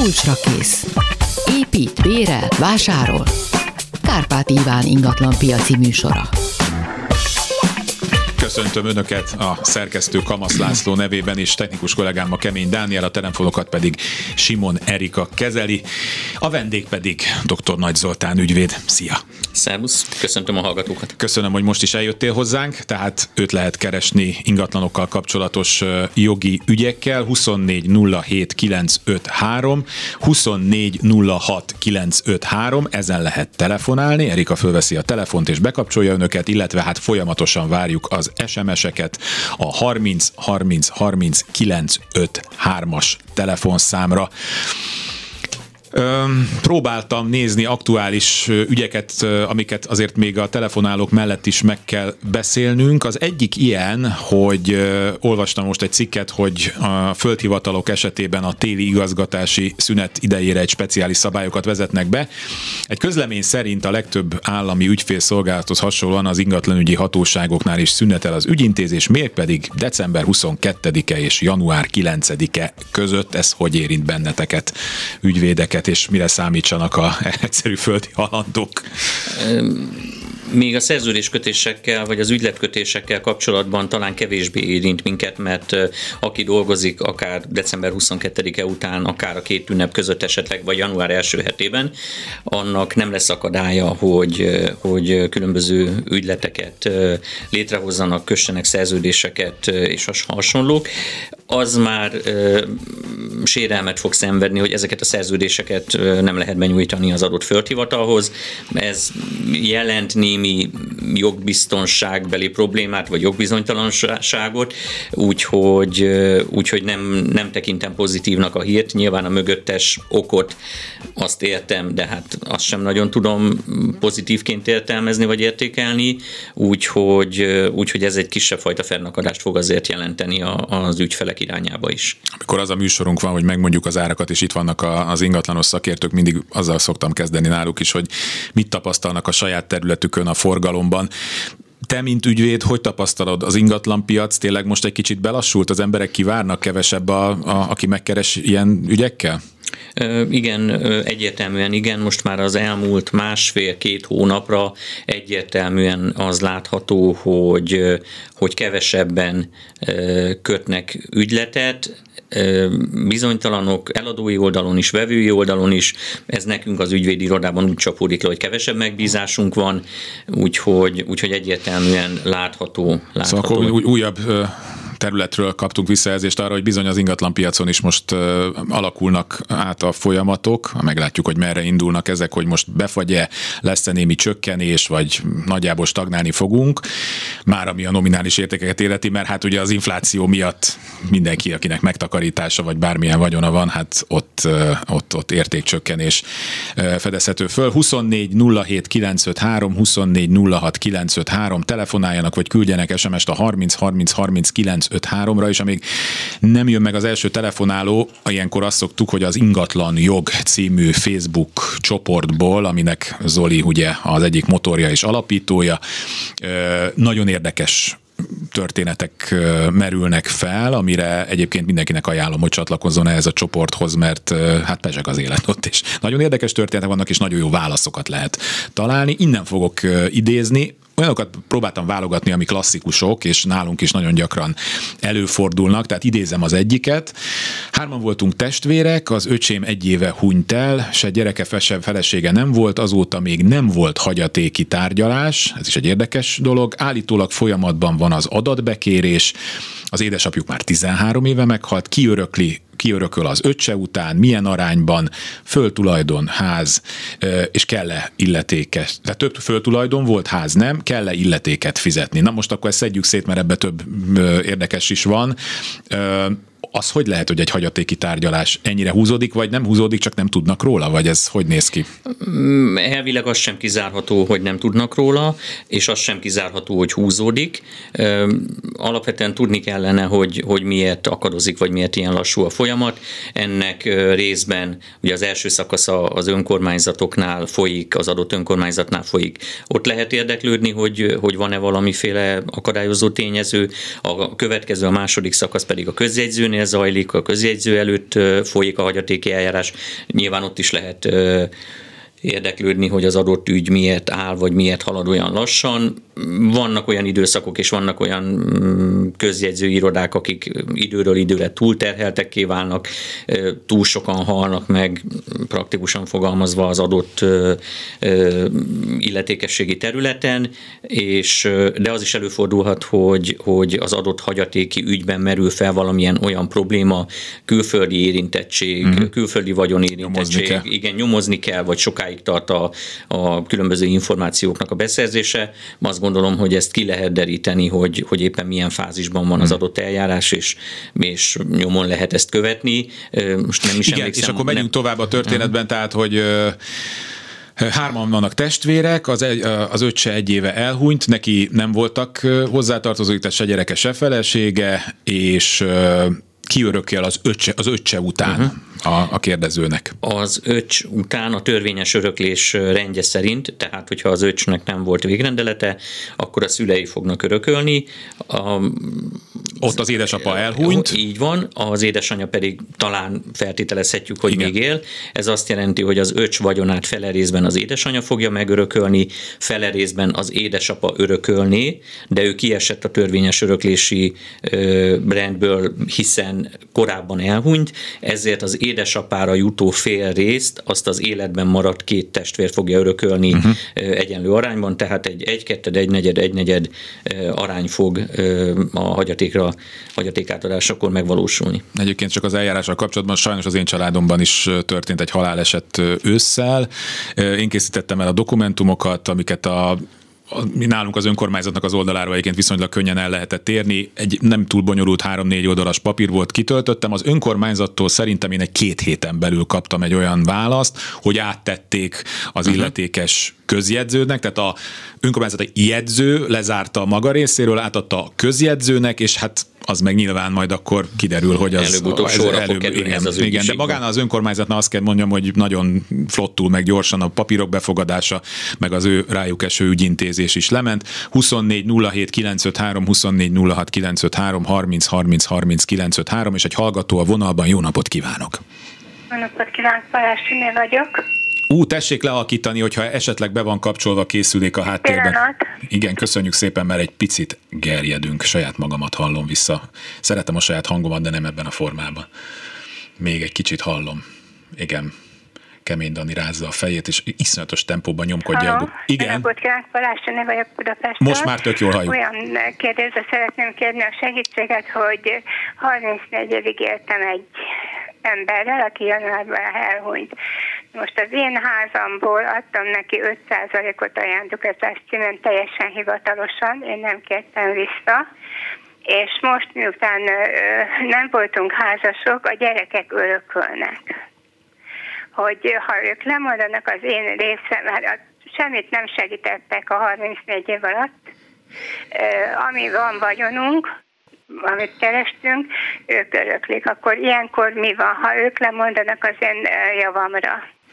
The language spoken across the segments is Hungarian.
Kulcsra kész. Épít, bérel, vásárol. Kárpát Iván ingatlan piaci műsora. Köszöntöm Önöket a szerkesztő Kamasz László nevében és technikus kollégám a Kemény Dániel, a telefonokat pedig Simon Erika kezeli. A vendég pedig dr. Nagy Zoltán ügyvéd. Szia! Szervusz, köszöntöm a hallgatókat. Köszönöm, hogy most is eljöttél hozzánk, tehát őt lehet keresni ingatlanokkal kapcsolatos jogi ügyekkel. 24 07 953, 24 06 953, ezen lehet telefonálni. Erika fölveszi a telefont és bekapcsolja Önöket, illetve hát folyamatosan várjuk az SMS-eket a 30 30 30 953-as telefonszámra. Próbáltam nézni aktuális ügyeket, amiket azért még a telefonálók mellett is meg kell beszélnünk. Az egyik ilyen, hogy olvastam most egy cikket, hogy a földhivatalok esetében a téli igazgatási szünet idejére egy speciális szabályokat vezetnek be. Egy közlemény szerint a legtöbb állami ügyfélszolgálathoz hasonlóan az ingatlanügyi hatóságoknál is szünetel az ügyintézés, mégpedig december 22-e és január 9-e között. Ez hogy érint benneteket, ügyvédeket, és mire számítsanak a egyszerű földi halandók? Még a szerződéskötésekkel, vagy az ügyletkötésekkel kapcsolatban talán kevésbé érint minket, mert aki dolgozik akár december 22-e után, akár a két ünnep között esetleg, vagy január első hetében, annak nem lesz akadálya, hogy különböző ügyleteket létrehozzanak, kössenek szerződéseket és hasonlók. Az már sérelmet fog szenvedni, hogy ezeket a szerződéseket nem lehet benyújtani az adott földhivatalhoz. Ez jelent némi jogbiztonságbeli problémát, vagy jogbizonytalanságot, úgyhogy nem tekintem pozitívnak a hírt. Nyilván a mögöttes okot azt értem, de hát azt sem nagyon tudom pozitívként értelmezni, vagy értékelni, úgyhogy ez egy kisebb fajta fennakadást fog azért jelenteni az ügyfelek irányába is. Amikor az a műsorunk van, hogy megmondjuk az árakat, és itt vannak az ingatlanos szakértők, mindig azzal szoktam kezdeni náluk is, hogy mit tapasztalnak a saját területükön a forgalomban. Te, mint ügyvéd, hogy tapasztalod az ingatlanpiac? Tényleg most egy kicsit belassult? Az emberek kivárnak, kevesebb aki megkeres ilyen ügyekkel? Igen, egyértelműen igen. Most már az elmúlt másfél-két hónapra egyértelműen az látható, hogy kevesebben kötnek ügyletet, bizonytalanok eladói oldalon is, vevői oldalon is. Ez nekünk az ügyvédi irodában úgy csapódik le, hogy kevesebb megbízásunk van, úgyhogy egyértelműen látható. Szóval akkor újabb területről kaptunk visszajelzést arra, hogy bizony az ingatlanpiacon is most alakulnak át a folyamatok, meglátjuk, hogy merre indulnak ezek, hogy most befagy-e, lesz-e némi csökkenés, vagy nagyjából stagnálni fogunk, már ami a nominális értékeket illeti, mert hát ugye az infláció miatt mindenki, akinek megtakarítása, vagy bármilyen vagyona van, hát ott értékcsökkenés fedezhető föl. 24 07 953, 24 06 953, telefonáljanak, vagy küldjenek SMS-t a 30 30 30 953-ra, és amíg nem jön meg az első telefonáló, ilyenkor azt szoktuk, hogy az Ingatlan Jog című Facebook csoportból, aminek Zoli ugye az egyik motorja és alapítója, nagyon érdekes történetek merülnek fel, amire egyébként mindenkinek ajánlom, hogy csatlakozzon ehhez a csoporthoz, mert hát pezseg az élet ott is. Nagyon érdekes történetek vannak, és nagyon jó válaszokat lehet találni. Innen fogok idézni. Olyanokat próbáltam válogatni, ami klasszikusok, és nálunk is nagyon gyakran előfordulnak, tehát idézem az egyiket. 3 voltunk testvérek, az öcsém 1 éve hunyt el, se gyereke, se felesége nem volt, azóta még nem volt hagyatéki tárgyalás, ez is egy érdekes dolog. Állítólag folyamatban van az adatbekérés, az édesapjuk már 13 éve meghalt, kiörököl az öccse után, milyen arányban, földtulajdon, ház, és kell-e illetékes. Tehát több földtulajdon volt, ház nem, kell-e illetéket fizetni. Na most akkor ezt szedjük szét, mert ebbe több érdekes is van. Az hogy lehet, hogy egy hagyatéki tárgyalás ennyire húzódik, vagy nem húzódik, csak nem tudnak róla, vagy ez hogy néz ki? Elvileg az sem kizárható, hogy nem tudnak róla, és az sem kizárható, hogy húzódik. Alapvetően tudni kellene, hogy miért akadozik, vagy miért ilyen lassú a folyamat. Ennek részben ugye az első szakasza az önkormányzatoknál folyik, az adott önkormányzatnál folyik. Ott lehet érdeklődni, hogy van-e valamiféle akadályozó tényező. A következő, a második szakasz pedig a közjegyzőnél közjegyzőnél zajlik, a közjegyző előtt folyik a hagyatéki eljárás, nyilván ott is lehet érdeklődni, hogy az adott ügy miért áll, vagy miért halad olyan lassan. Vannak olyan időszakok, és vannak olyan közjegyzőirodák, akik időről időre túlterheltekké válnak, túl sokan halnak meg, praktikusan fogalmazva az adott illetékességi területen, de az is előfordulhat, hogy az adott hagyatéki ügyben merül fel valamilyen olyan probléma, külföldi érintettség, külföldi vagyonérintettség, nyomozni kell, vagy sokáig tart a különböző információknak a beszerzése. Azt gondolom, hogy ezt ki lehet deríteni, hogy éppen milyen fázisban van az adott eljárás, és nyomon lehet ezt követni. Most nem is emlékszem. És akkor megyünk tovább a történetben, tehát, hogy 3 vannak testvérek, az öccse 1 éve elhunyt, neki nem voltak hozzátartozóik, tehát se gyereke, se felesége, és ki örökkel az öccse után a kérdezőnek? Az öccs után a törvényes öröklés rendje szerint, tehát hogyha az öccsnek nem volt végrendelete, akkor a szülei fognak örökölni. Ott az édesapa elhunyt. Így van, az édesanyja pedig talán feltételezhetjük, hogy igen, még él. Ez azt jelenti, hogy az öccs vagyonát fele részben az édesanyja fogja megörökölni, fele részben az édesapa örökölné, de ő kiesett a törvényes öröklési rendből, hiszen korábban elhunyt, ezért az édesapára jutó fél részt azt az életben maradt 2 testvér fogja örökölni egyenlő arányban, tehát egy 1/2, 1/4 arány fog a hagyaték átadásakor megvalósulni. Egyébként csak az eljárással kapcsolatban sajnos az én családomban is történt egy haláleset ősszel. Én készítettem el a dokumentumokat, amiket nálunk az önkormányzatnak az oldaláról egyébként viszonylag könnyen el lehetett érni. Egy nem túl bonyolult 3-4 oldalas papír volt, kitöltöttem. Az önkormányzattól szerintem én egy 2 héten belül kaptam egy olyan választ, hogy áttették az illetékes közjegyzőnek, tehát a önkormányzati jegyző lezárta a maga részéről, átadta a közjegyzőnek, és hát az meg nyilván majd akkor kiderül, hogy az előbb-utóbb sorra fog kerülni ez az ügy. Igen, de magán az önkormányzatnak azt kell mondjam, hogy nagyon flottul, meg gyorsan a papírok befogadása, meg az ő rájuk eső ügyintézés is lement. 24 07 953, 24 06 953, 30 30 30 953, és egy hallgató a vonalban. Jó napot kívánok! Jó napot kívánok, Palástiné vagyok. Tessék lealkítani, hogyha esetleg be van kapcsolva a készülék a háttérben. Pillanat. Igen, köszönjük szépen, mert egy picit gerjedünk. Saját magamat hallom vissza. Szeretem a saját hangomat, de nem ebben a formában. Még egy kicsit hallom. Igen. Kemény Dani rázza a fejét, és iszonyatos tempóban nyomkodja. Igen. Napot kívánok, Palástiné vagyok Budapestről. Most már tök jól halljuk. Olyan kérdésre szeretném kérni a segítséget, hogy 34 évig éltem egy emberrel, aki januárban elhunyt. Most az én házamból adtam neki 5%-ot ajándékozás címen teljesen hivatalosan, én nem kértem vissza, és most miután nem voltunk házasok, a gyerekek örökölnek. Hogy ha ők lemondanak az én részem, mert semmit nem segítettek a 34 év alatt, ami van vagyonunk, amit kerestünk, ők öröklik. Akkor ilyenkor mi van, ha ők lemondanak az én javamra?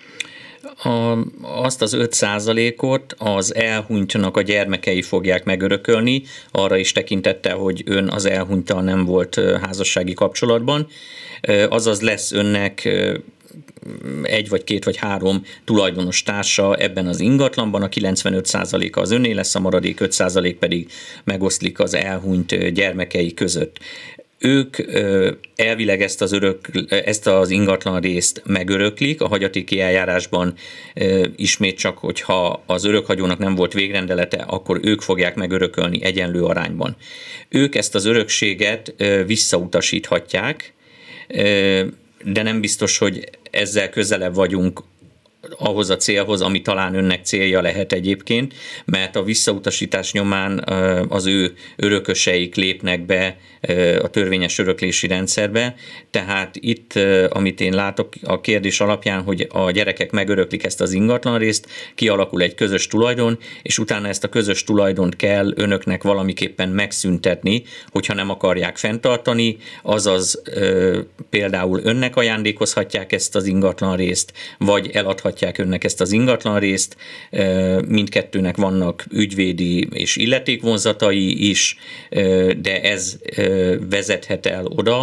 Azt az 5%-ot az elhunytnak a gyermekei fogják megörökölni, arra is tekintettel, hogy ön az elhunyttal nem volt házassági kapcsolatban. Azaz lesz önnek 1 vagy 2 vagy 3 tulajdonos társa ebben az ingatlanban, a 95%-a az önné lesz, a maradék 5% pedig megoszlik az elhunyt gyermekei között. Ők elvileg ezt az ingatlan részt megöröklik, a hagyatéki eljárásban ismét csak, hogyha az örökhagyónak nem volt végrendelete, akkor ők fogják megörökölni egyenlő arányban. Ők ezt az örökséget visszautasíthatják, de nem biztos, hogy ezzel közelebb vagyunk ahhoz a célhoz, ami talán önnek célja lehet egyébként, mert a visszautasítás nyomán az ő örököseik lépnek be a törvényes öröklési rendszerbe, tehát itt, amit én látok a kérdés alapján, hogy a gyerekek megöröklik ezt az ingatlan részt, kialakul egy közös tulajdon, és utána ezt a közös tulajdont kell önöknek valamiképpen megszüntetni, hogyha nem akarják fenntartani, azaz például önnek ajándékozhatják ezt az ingatlan részt, vagy eladhatják önnek ezt az ingatlan részt, mindkettőnek vannak ügyvédi és illetékvonzatai is, de ez vezethet el oda,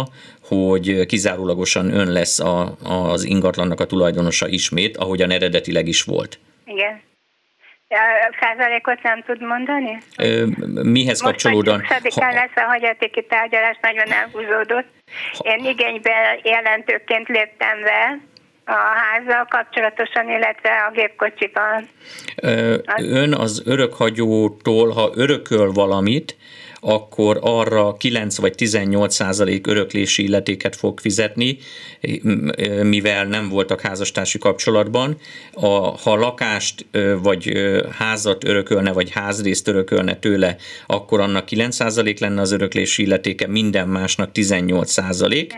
hogy kizárólagosan ön lesz az ingatlannak a tulajdonosa ismét, ahogyan eredetileg is volt. Igen. A százalékot nem tud mondani? Mihez kapcsolódóan? Most lesz a hagyatéki tárgyalás, nagyon elhúzódott. Én igénybe jelentőként léptem be a házzal kapcsolatosan, illetve a gépkocsiban. Ön az örökhagyótól, ha örököl valamit, akkor arra 9 vagy 18% öröklési illetéket fog fizetni, mivel nem voltak házastársi kapcsolatban. Ha lakást vagy házat örökölne, vagy házrészt örökölne tőle, akkor annak 9% lenne az öröklési illetéke, minden másnak 18%.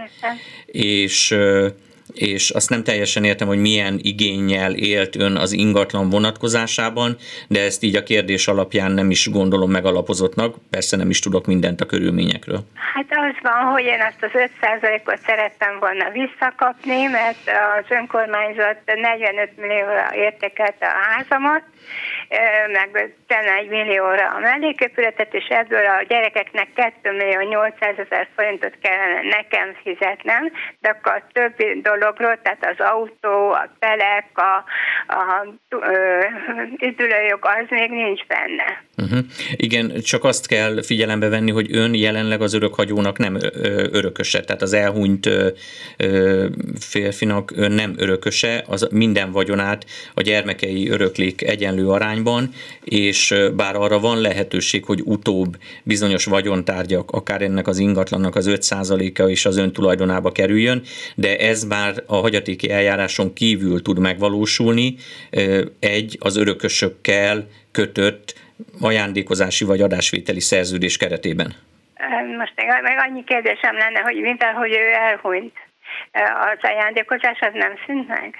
És azt nem teljesen értem, hogy milyen igénnyel élt ön az ingatlan vonatkozásában, de ezt így a kérdés alapján nem is gondolom megalapozottnak, persze nem is tudok mindent a körülményekről. Hát az van, hogy én azt az 5%-ot szerettem volna visszakapni, mert az önkormányzat 45 millióra értékelte a házamat, meg 11 millióra a melléképületet, és ebből a gyerekeknek 2.800.000 forintot kellene nekem fizetnem, de akkor a többi dologról, tehát az autó, a telek, a üdülőjog, az még nincs benne. Igen, csak azt kell figyelembe venni, hogy ön jelenleg az örökhagyónak nem örököse, tehát az elhunyt férfinak ön nem örököse, az minden vagyonát a gyermekei öröklik egyenlő arányban, és bár arra van lehetőség, hogy utóbb bizonyos vagyontárgyak, akár ennek az ingatlannak az 5%-a is az ön tulajdonába kerüljön, de ez már a hagyatéki eljáráson kívül tud megvalósulni az örökösökkel kötött ajándékozási vagy adásvételi szerződés keretében. Most meg annyi kérdésem lenne, hogy mivel, hogy ő elhunyt, az ajándékozás az nem szűnt meg?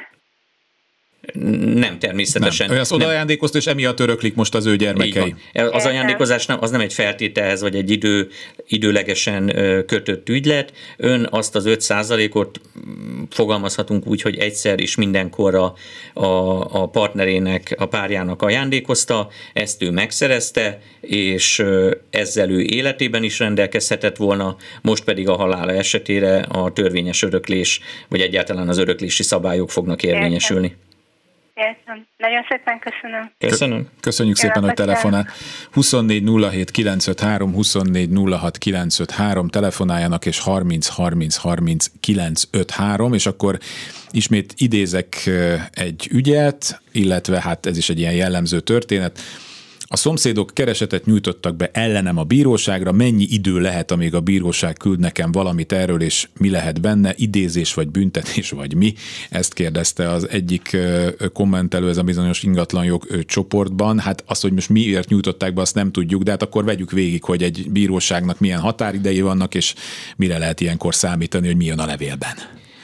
Nem, természetesen. Nem. Ő azt odajándékozta, és emiatt öröklik most az ő gyermekei. Az ajándékozás az nem egy feltételhez, vagy egy időlegesen kötött ügylet. Ön azt az 5%-ot fogalmazhatunk úgy, hogy egyszer és mindenkorra a partnerének, a párjának ajándékozta, ezt ő megszerezte, és ezzel ő életében is rendelkezhetett volna, most pedig a halála esetére a törvényes öröklés, vagy egyáltalán az öröklési szabályok fognak érvényesülni. Értem. Nagyon szépen köszönöm. Köszönjük szépen, hogy telefonál. 24 07 953, 24 06 953 telefonáljanak, és 30 30 30 953, és akkor ismét idézek egy ügyet, illetve hát ez is egy ilyen jellemző történet. A szomszédok keresetet nyújtottak be ellenem a bíróságra, mennyi idő lehet, amíg a bíróság küld nekem valamit erről, és mi lehet benne, idézés vagy büntetés vagy mi? Ezt kérdezte az egyik kommentelő, ez a bizonyos ingatlanjog csoportban. Hát azt, hogy most miért nyújtották be, azt nem tudjuk, de hát akkor vegyük végig, hogy egy bíróságnak milyen határidei vannak, és mire lehet ilyenkor számítani, hogy mi jön a levélben.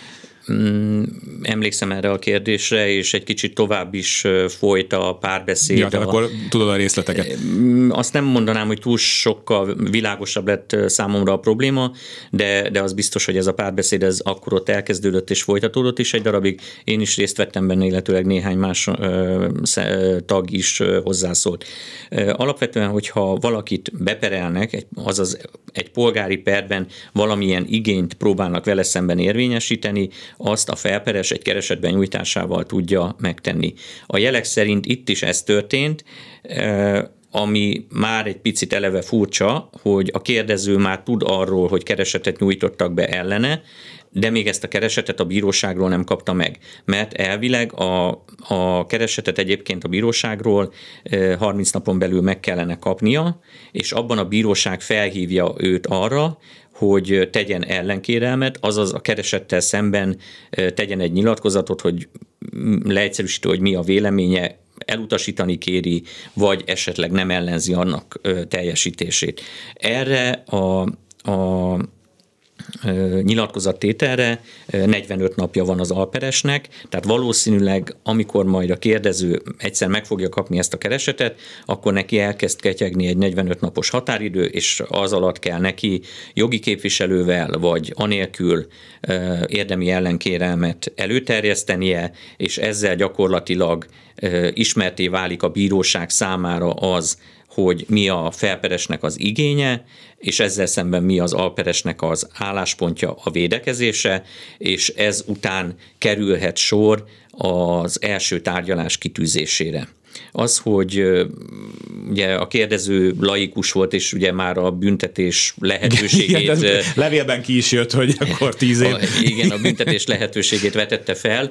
Emlékszem erre a kérdésre, és egy kicsit tovább is folyt a párbeszéd. Ja, akkor tudod a részleteket. Azt nem mondanám, hogy túl sokkal világosabb lett számomra a probléma, de az biztos, hogy ez a párbeszéd ez akkor ott elkezdődött és folytatódott is egy darabig. Én is részt vettem benne, illetőleg néhány más tag is hozzászólt. Alapvetően, hogyha valakit beperelnek, azaz egy polgári perben valamilyen igényt próbálnak vele szemben érvényesíteni, azt a felperes egy keresetben nyújtásával tudja megtenni. A jelek szerint itt is ez történt, ami már egy picit eleve furcsa, hogy a kérdező már tud arról, hogy keresetet nyújtottak be ellene, de még ezt a keresetet a bíróságról nem kapta meg. Mert elvileg a keresetet egyébként a bíróságról 30 napon belül meg kellene kapnia, és abban a bíróság felhívja őt arra, hogy tegyen ellenkérelmet, azaz a keresettel szemben tegyen egy nyilatkozatot, hogy leegyszerűsítő, hogy mi a véleménye, elutasítani kéri, vagy esetleg nem ellenzi annak teljesítését. Erre a nyilatkozattételre 45 napja van az alperesnek, tehát valószínűleg, amikor majd a kérdező egyszer meg fogja kapni ezt a keresetet, akkor neki elkezd ketyegni egy 45 napos határidő, és az alatt kell neki jogi képviselővel, vagy anélkül érdemi ellenkérelmet előterjesztenie, és ezzel gyakorlatilag ismerté válik a bíróság számára az, hogy mi a felperesnek az igénye, és ezzel szemben mi az alperesnek az álláspontja, a védekezése, és ez után kerülhet sor az első tárgyalás kitűzésére. Az, hogy ugye a kérdező laikus volt, és ugye már a büntetés lehetőségét... Igen, levélben ki is jött, hogy akkor 10 év. Igen, a büntetés lehetőségét vetette fel.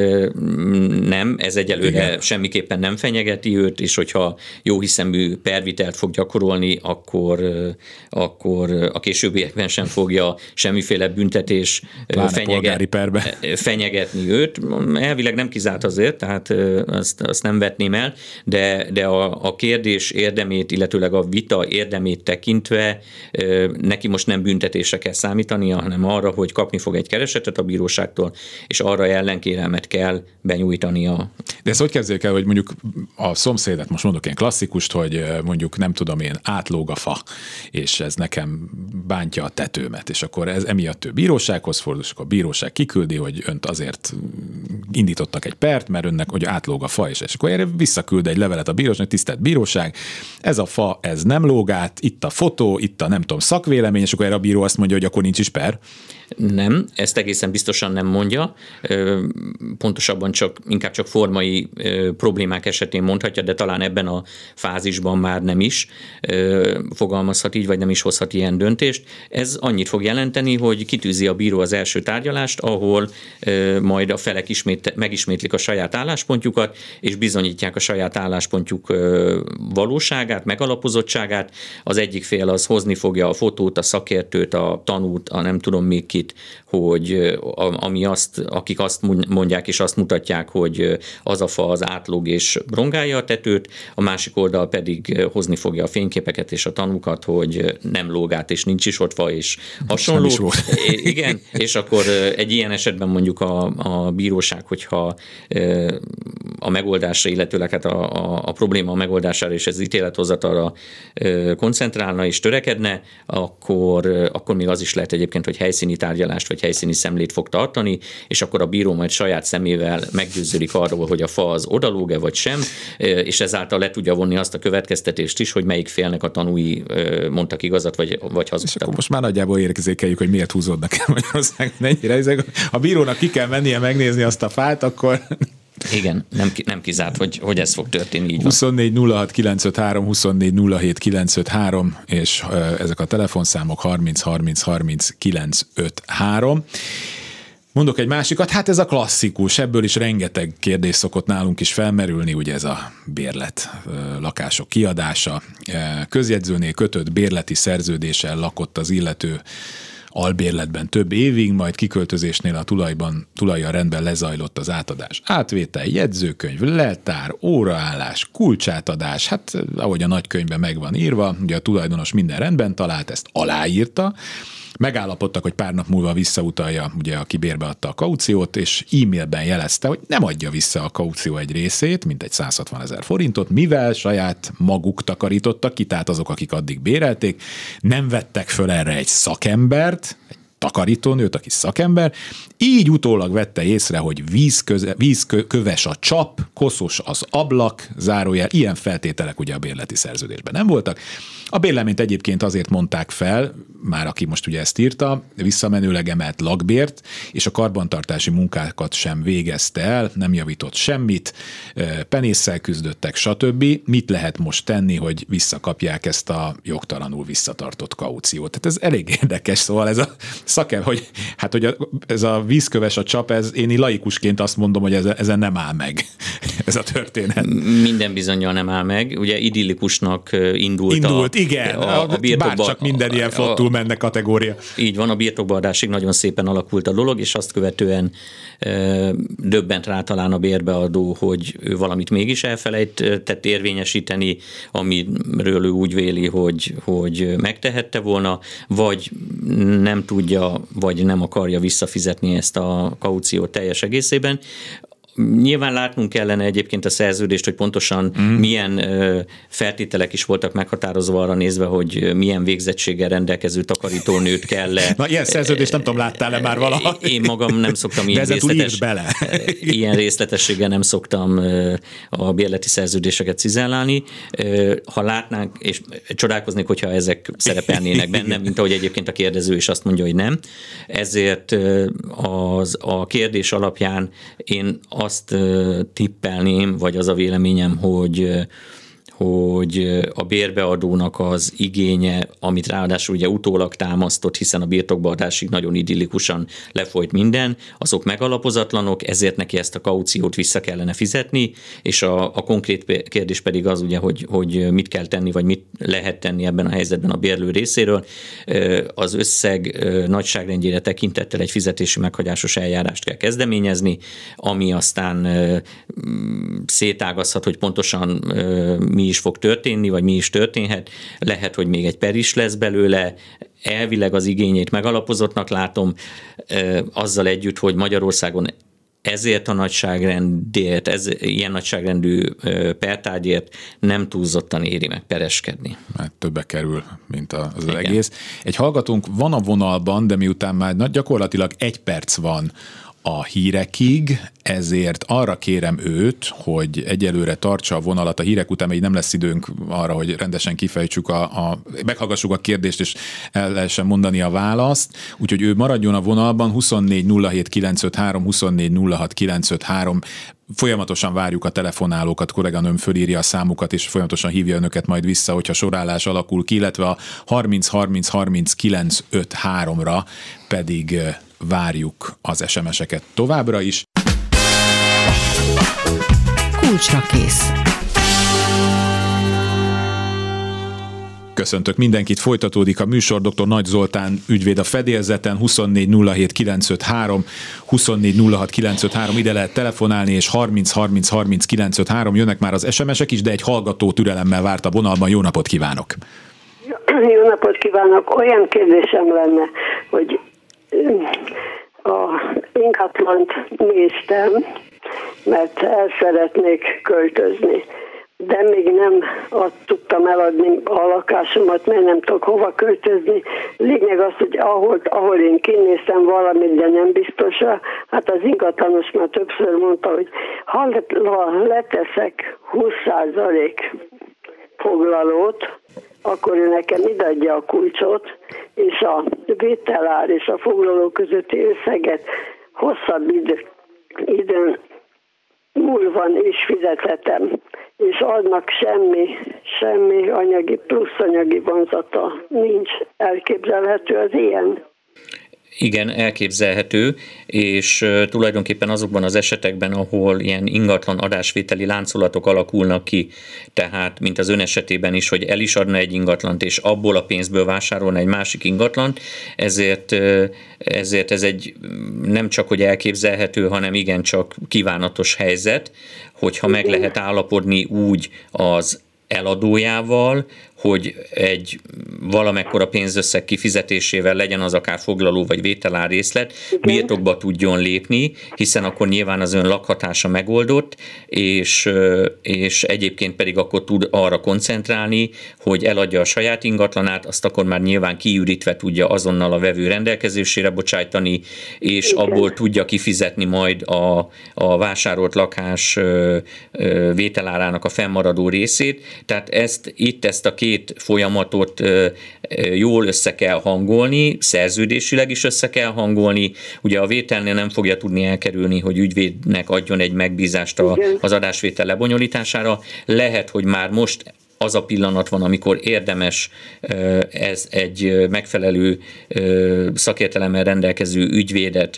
Nem, ez egyelőre semmiképpen nem fenyegeti őt, és hogyha jóhiszemű pervitelt fog gyakorolni, akkor a későbbiekben sem fogja semmiféle büntetés fenyegetni őt. Elvileg nem kizárt azért, tehát azt nem vetném el, de a kérdés érdemét, illetőleg a vita érdemét tekintve neki most nem büntetésre kell számítania, hanem arra, hogy kapni fog egy keresetet a bíróságtól, és arra ellenkérelmet kell benyújtania. De ezt hogy képzeljük el, hogy mondjuk a szomszédet, most mondok ilyen klasszikust, hogy mondjuk nem tudom én, átlóg a fa, és ez nekem bántja a tetőmet, és akkor ez emiatt ő bírósághoz fordul, és akkor a bíróság kiküldi, hogy önt azért indítottak egy pert, mert önnek, hogy átlóg a fa, és akkor erre visszaküld egy levelet a bíróság, tisztelt bíróság, ez a fa, ez nem lóg át, itt a fotó, itt a nem tudom szakvélemény, és akkor erre a bíró azt mondja, hogy akkor nincs is per. Nem, ezt egészen biztosan nem mondja, pontosabban inkább csak formai problémák esetén mondhatja, de talán ebben a fázisban már nem is fogalmazhat így, vagy nem is hozhat ilyen döntést. Ez annyit fog jelenteni, hogy kitűzi a bíró az első tárgyalást, ahol majd a felek megismétlik a saját álláspontjukat, és bizonyítják a saját álláspontjuk valóságát, megalapozottságát. Az egyik fél az hozni fogja a fotót, a szakértőt, a tanút, a nem tudom még kit, hogy akik azt mondják és azt mutatják, hogy az a fa az átlóg és brongálja a tetőt, a másik oldal pedig hozni fogja a fényképeket és a tanúkat, hogy nem lóg át és nincs is ott fa és hasonló. Igen, és akkor egy ilyen esetben mondjuk a bíróság, hogyha a megoldásra, illetőleg hát a probléma megoldására és ez ítélethozatalra koncentrálna és törekedne, akkor még az is lehet egyébként, hogy helyszíni tárgyalást vagy helyszíni szemlét fog tartani, és akkor a bíró majd saját szemével meggyőződik arról, hogy a fa az odalóg-e vagy sem, és ezáltal le tudja vonni azt a következtetést is, hogy melyik félnek a tanúi mondtak igazat, vagy hazudtak. És akkor most már nagyjából érzékeljük, hogy miért húzódnak el Magyarországon ennyire. A bírónak ki kell mennie megnézni azt a fát, akkor... Igen, nem kizárt, hogy ez fog történni, így van. 24 06 953, 24 07 953, és ezek a telefonszámok 30 30 30 953. Mondok egy másikat, hát ez a klasszikus, ebből is rengeteg kérdés szokott nálunk is felmerülni, ugye ez a bérlet lakások kiadása. Közjegyzőnél kötött bérleti szerződéssel lakott az illető albérletben több évig, majd kiköltözésnél a tulajjal rendben lezajlott az átadás. Átvétel, jegyzőkönyv, leltár, óraállás, kulcsátadás, hát ahogy a nagykönyvben meg van írva, ugye a tulajdonos minden rendben talált, ezt aláírta, megállapodtak, hogy pár nap múlva visszautalja, ugye, aki bérbe adta a kauciót, és e-mailben jelezte, hogy nem adja vissza a kaució egy részét, mint egy 160 000 forintot, mivel saját maguk takarítottak ki, tehát azok, akik addig bérelték, nem vettek föl erre egy szakembert, egy takarítónőt, aki szakember, így utólag vette észre, hogy vízköves a csap, koszos az ablak, zárójel, ilyen feltételek ugye a bérleti szerződésben nem voltak. A bérleményt egyébként azért mondták fel, már aki most ugye ezt írta, visszamenőleg emelt lakbért, és a karbantartási munkákat sem végezte el, nem javított semmit, penésszel küzdöttek, stb. Mit lehet most tenni, hogy visszakapják ezt a jogtalanul visszatartott kauciót? Tehát ez elég érdekes, szóval ez a szakem, hogy hát hogy ez a vízköves a csap, én laikusként azt mondom, hogy ezen nem áll meg ez a történet. Minden bizonnyal nem áll meg. Ugye idillikusnak indult igen. Bárcsak minden ilyen flottul menne kategória. Így van, a birtokbaadásig nagyon szépen alakult a dolog, és azt követően döbbent rá talán a bérbeadó, hogy ő valamit mégis elfelejtett érvényesíteni, amiről ő úgy véli, hogy megtehette volna, vagy nem tudja, vagy nem akarja visszafizetni ezt a kauciót teljes egészében. Nyilván látnunk kellene egyébként a szerződést, hogy pontosan milyen feltételek is voltak meghatározva arra nézve, hogy milyen végzettséggel rendelkező takarítónőt kell le. Na, ilyen szerződést nem tudom, láttál-e már valaha? Én magam nem szoktam ilyen részletességgel nem szoktam a bérleti szerződéseket cizellálni. Ha látnánk, és csodálkoznék, hogyha ezek szerepelnének benne, mint ahogy egyébként a kérdező is azt mondja, hogy nem. Ezért a kérdés alapján én azt tippelném, vagy az a véleményem, hogy a bérbeadónak az igénye, amit ráadásul ugye utólag támasztott, hiszen a birtokbeadásig nagyon idillikusan lefolyt minden, azok megalapozatlanok, ezért neki ezt a kauciót vissza kellene fizetni, és a konkrét kérdés pedig az ugye, hogy mit kell tenni, vagy mit lehet tenni ebben a helyzetben a bérlő részéről. Az összeg nagyságrendjére tekintettel egy fizetési meghagyásos eljárást kell kezdeményezni, ami aztán szétágazhat, hogy pontosan mi is fog történni, vagy mi is történhet. Lehet, hogy még egy per is lesz belőle. Elvileg az igényét megalapozottnak látom, azzal együtt, hogy Magyarországon ezért a nagyságrendért, ilyen nagyságrendű pertárgyért nem túlzottan éri meg pereskedni. Mert többe kerül, mint az egész. Egy hallgatónk van a vonalban, de miután már gyakorlatilag 1 perc van a hírekig, ezért arra kérem őt, hogy egyelőre tartsa a vonalat a hírek után, mert így nem lesz időnk arra, hogy rendesen kifejtsük, meghallgassuk a kérdést, és el lehessen mondani a választ. Úgyhogy ő maradjon a vonalban, 24 07 953, 24 06 953. Folyamatosan várjuk a telefonálókat, kolléganőm fölírja a számukat, és folyamatosan hívja önöket majd vissza, hogyha sorállás alakul ki, illetve a 30 30 30 953-ra pedig várjuk az SMS-eket továbbra is. Kulcsra kész. Köszöntök mindenkit, folytatódik a műsor, dr. Nagy Zoltán ügyvéd a fedélzeten, 24 07 953, 24 06 953, ide lehet telefonálni, és 30 30 30 953, jönnek már az SMS-ek is, de egy hallgató türelemmel várt a vonalban. Jó napot kívánok! Jó napot kívánok! Olyan kérdésem lenne, hogy a ingatlant néztem, mert el szeretnék költözni, de még nem tudtam eladni a lakásomat, mert nem tudok hova költözni. Lényeg az, hogy ahol én kinéztem valamit, de nem biztosra, hát az ingatlanos már többször mondta, hogy ha leteszek 20% foglalót, akkor ő nekem ideadja a kulcsot, és a vételár és a foglaló közötti összeget hosszabb időn múlva is fizethetem, és annak semmi anyagi, plusz anyagi vonzata nincs. Elképzelhető az ilyen? Igen, elképzelhető, és tulajdonképpen azokban az esetekben, ahol ilyen ingatlan adásvételi láncolatok alakulnak ki, tehát mint az ön esetében is, hogy el is adna egy ingatlant, és abból a pénzből vásárolna egy másik ingatlant, ezért ez egy nem csak hogy elképzelhető, hanem igencsak kívánatos helyzet, hogyha meg lehet állapodni úgy az eladójával, hogy egy valamekkora pénzösszeg kifizetésével legyen az akár foglaló vagy vételár részlet, birtokba tudjon lépni, hiszen akkor nyilván az ön lakhatása megoldott, és egyébként pedig akkor tud arra koncentrálni, hogy eladja a saját ingatlanát, azt akkor már nyilván kiürítve tudja azonnal a vevő rendelkezésére bocsájtani, és abból tudja kifizetni majd a vásárolt lakás vételárának a fennmaradó részét. Tehát ezt a két folyamatot jól össze kell hangolni, szerződésileg is össze kell hangolni. Ugye a vételnél nem fogja tudni elkerülni, hogy ügyvédnek adjon egy megbízást az adásvétel lebonyolítására. Lehet, hogy már most az a pillanat van, amikor érdemes ez egy megfelelő szakértelemmel rendelkező ügyvédet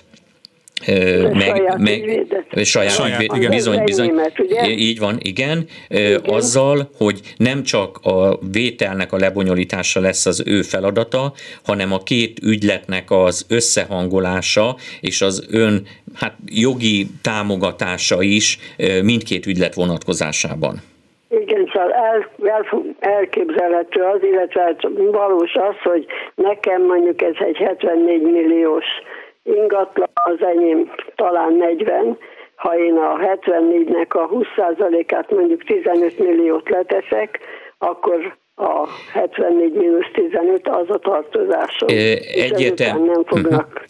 saját bizony, így van, igen, azzal, hogy nem csak a vételnek a lebonyolítása lesz az ő feladata, hanem a két ügyletnek az összehangolása és az ön jogi támogatása is mindkét ügylet vonatkozásában. Igen, szóval elképzelhető az, illetve valós az, hogy nekem mondjuk ez egy 74 milliós ingatlan, az enyém talán 40, ha én a 74-nek a 20%-át mondjuk 15 milliót leteszek, akkor a 74 mínusz 15 az a tartozásom. Egyértelműen nem fognak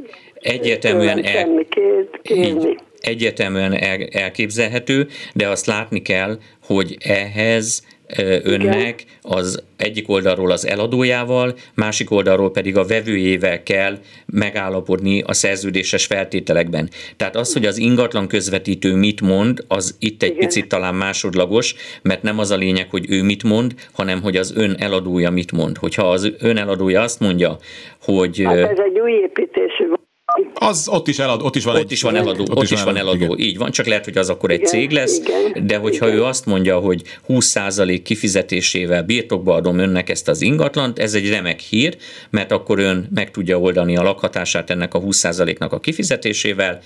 egyértelműen elképzelhető, de azt látni kell, hogy ehhez önnek az egyik oldalról az eladójával, másik oldalról pedig a vevőjével kell megállapodni a szerződéses feltételekben. Tehát az, hogy az ingatlan közvetítő mit mond, az itt egy picit talán másodlagos, mert nem az a lényeg, hogy ő mit mond, hanem hogy az ön eladója mit mond. Hogyha az ön eladója azt mondja, hogy... Hát ez egy új építésű. Ott is van eladó. Így van, csak lehet, hogy az akkor egy cég lesz, de hogyha ő azt mondja, hogy 20% kifizetésével birtokba adom önnek ezt az ingatlant, ez egy remek hír, mert akkor ön meg tudja oldani a lakhatását ennek a 20%-nak a kifizetésével,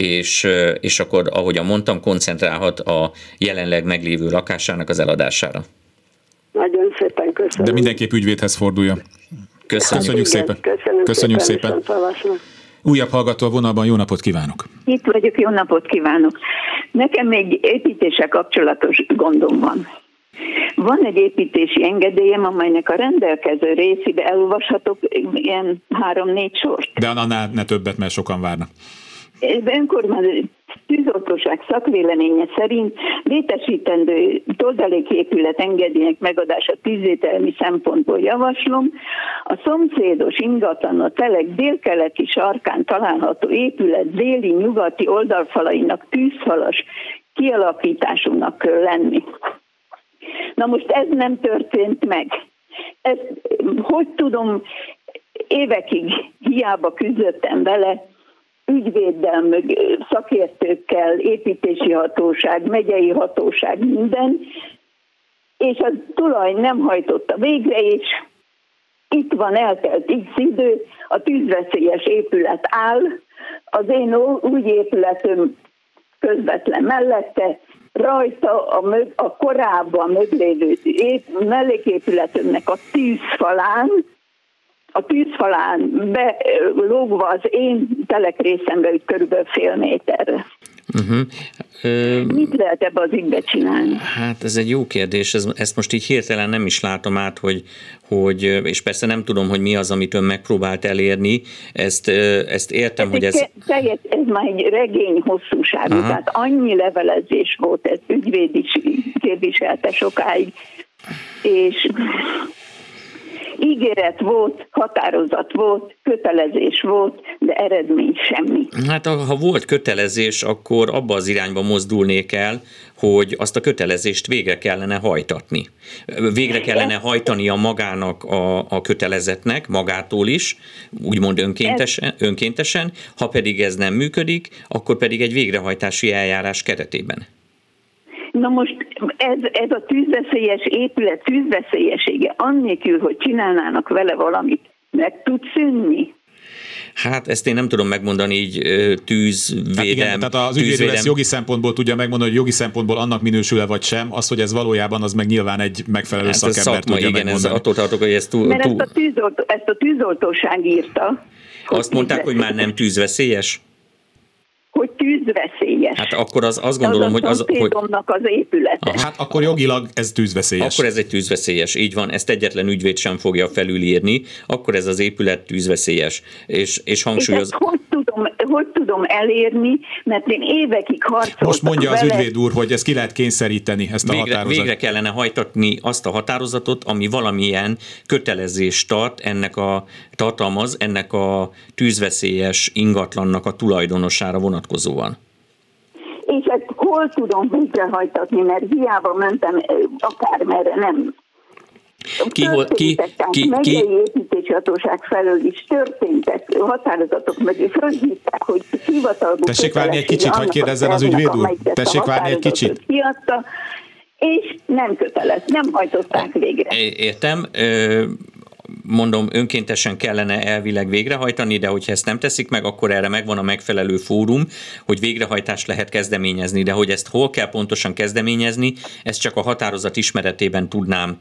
és akkor, ahogyan mondtam, koncentrálhat a jelenleg meglévő lakásának az eladására. Nagyon szépen köszönöm. De mindenképp ügyvédhez forduljon. Köszönjük szépen. Köszönjük szépen. Újabb hallgató a vonalban, jó napot kívánok! Itt vagyok, jó napot kívánok! Nekem még építéssel kapcsolatos gondom van. Van egy építési engedélyem, amelynek a rendelkező részébe elolvashatok ilyen 3-4 sort. De annál ne többet, mert sokan várnak. Önkormányzat tűzoltóság szakvéleménye szerint létesítendő toldaléképület engedélynek megadása tűzvédelmi szempontból javaslom. A szomszédos ingatlan a telek délkeleti sarkán található épület déli-nyugati oldalfalainak tűzfalas kialakításunknak kell lenni. Na most ez nem történt meg. Ezt hogy tudom, évekig hiába küzdöttem vele, ügyvéddel, szakértőkkel, építési hatóság, megyei hatóság, minden, és a tulaj nem hajtotta végre, és itt van, eltelt X idő, a tűzveszélyes épület áll, az én új épületem közvetlen mellette, rajta a korábban meglévő melléképületünknek a tűzfalán belógva az én telekrészembe körülbelül fél méterre. Mit lehet ebbe az ügybe csinálni? Hát ez egy jó kérdés, ezt most így hirtelen nem is látom át, hogy és persze nem tudom, hogy mi az, amit ön megpróbált elérni, ezt értem, hogy ez... Ez már egy regény hosszúságú, tehát annyi levelezés volt, ez ügyvéd is képviselte sokáig, és... ígéret volt, határozat volt, kötelezés volt, de eredmény semmi. Hát ha volt kötelezés, akkor abba az irányba mozdulnék el, hogy azt a kötelezést végre kellene hajtatni. Végre kellene hajtania magának a kötelezettnek, magától is, úgymond önkéntesen, ha pedig ez nem működik, akkor pedig egy végrehajtási eljárás keretében. Na most ez a tűzveszélyes épület tűzveszélyessége annélkül, hogy csinálnának vele valamit, meg tud szűnni? Hát ezt én nem tudom megmondani így tűzvédelem. Hát igen, tehát az ügyvédről ezt jogi szempontból tudja megmondani, hogy jogi szempontból annak minősül-e vagy sem, az, hogy ez valójában, az meg nyilván egy megfelelő hát szakember tudja igen, megmondani. Ez attól tartok, hogy ez túl... Mert ezt a tűzoltóság írta. Azt mondták, hogy már nem tűzveszélyes? Hogy tűzveszélyes. Hát akkor azt gondolom, hogy az épülete. Hát akkor jogilag ez tűzveszélyes. Akkor ez egy tűzveszélyes, így van, ezt egyetlen ügyvéd sem fogja felülírni, akkor ez az épület tűzveszélyes. És hangsúlyoz... És hogy tudom elérni, mert én évekig harcoltam. Most mondja az ügyvéd úr, hogy ezt ki lehet kényszeríteni, ezt a határozatot. Végre kellene hajtatni azt a határozatot, ami valamilyen kötelezést tartalmaz ennek a tűzveszélyes ingatlannak a tulajdonosára vonatkozóan. És ezt hol tudom végrehajtatni, mert hiába mentem akármerre, nem. Megyei építési hatóság felől is történtek határozatok, meg fölhívták, hogy hivatalból... Tessék várni egy kicsit, hogy kérdezzen az ügyvéd úr. Tessék várni egy kicsit. Kiadta, és nem nem hajtották végre. Értem. Mondom, önkéntesen kellene elvileg végrehajtani, de hogyha ezt nem teszik meg, akkor erre megvan a megfelelő fórum, hogy végrehajtást lehet kezdeményezni, de hogy ezt hol kell pontosan kezdeményezni, ezt csak a határozat ismeretében tudnám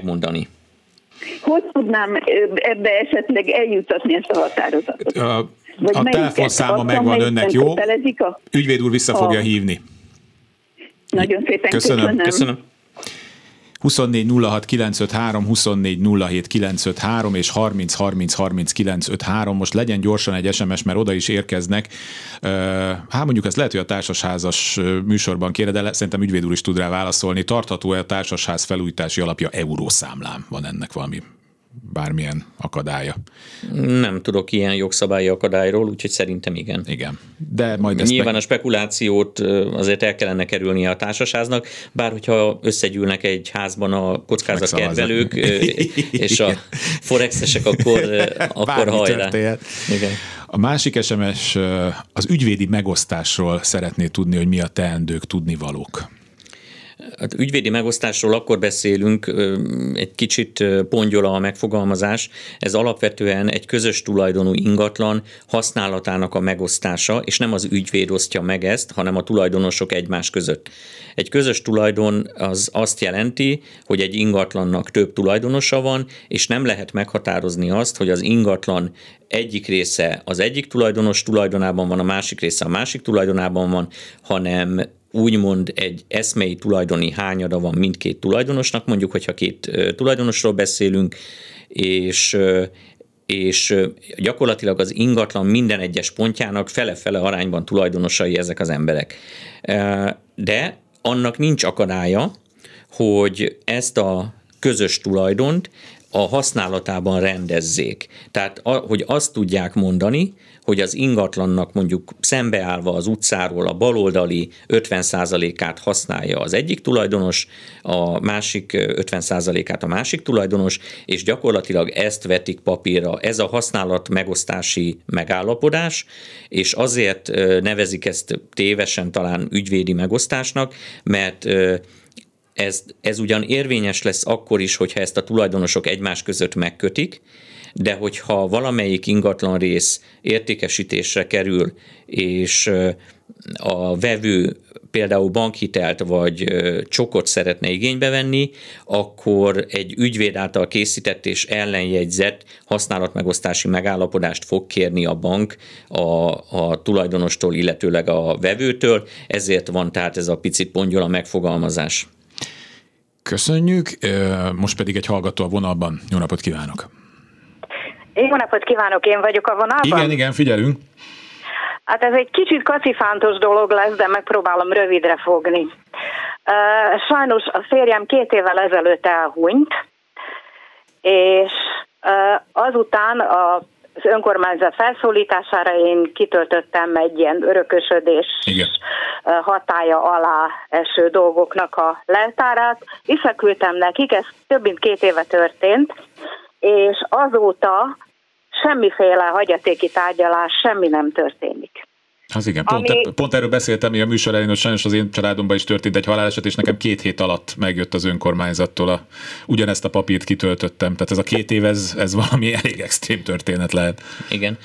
megmondani. Hogy tudnám ebbe esetleg eljutatni ezt a határozatot? Vagy a telefonszáma megvan önnek, jó? Ügyvéd úr vissza fogja hívni. Nagyon szépen köszönöm. 24 06 953, 24 07 953 és 30 30 30 953. Most legyen gyorsan egy SMS, mert oda is érkeznek. Hát mondjuk ez lehet, hogy a társasházas műsorban kéne, de szerintem ügyvéd úr is tud rá válaszolni. Tartható-e a társasház felújítási alapja eurószámlán? Van ennek valami bármilyen akadálya? Nem tudok ilyen jogszabályi akadályról, úgyhogy szerintem igen. Igen. De majd nyilván a spekulációt azért el kellene kerülnie a társasháznak, bár hogyha összegyűlnek egy házban a kockázatkedvelők és a forexesek, akkor hajrá. Igen. A másik SMS az ügyvédi megosztásról szeretné tudni, hogy mi a teendők, tudnivalók. Az ügyvédi megosztásról akkor beszélünk, egy kicsit pongyola a megfogalmazás, ez alapvetően egy közös tulajdonú ingatlan használatának a megosztása, és nem az ügyvéd osztja meg ezt, hanem a tulajdonosok egymás között. Egy közös tulajdon az azt jelenti, hogy egy ingatlannak több tulajdonosa van, és nem lehet meghatározni azt, hogy az ingatlan egyik része az egyik tulajdonos tulajdonában van, a másik része a másik tulajdonában van, hanem úgymond egy eszmei tulajdoni hányada van mindkét tulajdonosnak, mondjuk, hogyha két tulajdonosról beszélünk, és gyakorlatilag az ingatlan minden egyes pontjának fele-fele arányban tulajdonosai ezek az emberek. De annak nincs akadálya, hogy ezt a közös tulajdont a használatában rendezzék. Tehát, hogy azt tudják mondani, hogy az ingatlannak mondjuk szembeállva az utcáról a baloldali 50%-át használja az egyik tulajdonos, a másik 50%-át a másik tulajdonos, és gyakorlatilag ezt vetik papírra. Ez a használat megosztási megállapodás, és azért nevezik ezt tévesen talán ügyvédi megosztásnak, mert ez ugyan érvényes lesz akkor is, hogyha ezt a tulajdonosok egymás között megkötik, de hogyha valamelyik ingatlan rész értékesítésre kerül, és a vevő például bankhitelt vagy csokot szeretne igénybe venni, akkor egy ügyvéd által készített és ellenjegyzett használatmegosztási megállapodást fog kérni a bank a tulajdonostól, illetőleg a vevőtől, ezért van tehát ez a picit pongyola megfogalmazás. Köszönjük, most pedig egy hallgató a vonalban. Jó napot kívánok! Jó napot kívánok, én vagyok a vonalban? Igen, figyelünk. Hát ez egy kicsit kacifántos dolog lesz, de megpróbálom rövidre fogni. Sajnos a férjem 2 évvel ezelőtt elhunyt, és azután az önkormányzat felszólítására én kitöltöttem egy ilyen örökösödés hatálya alá eső dolgoknak a leltárát. Visszaküldtem nekik, ez több mint 2 éve történt, és azóta semmiféle hagyatéki tárgyalás, semmi nem történik. Az igen, pont erről beszéltem a műsor elején, hogy sajnos az én családomban is történt egy haláleset, és nekem 2 hét alatt megjött az önkormányzattól, ugyanezt a papírt kitöltöttem. Tehát ez a 2 év, ez valami elég extrém történet lehet. Igen.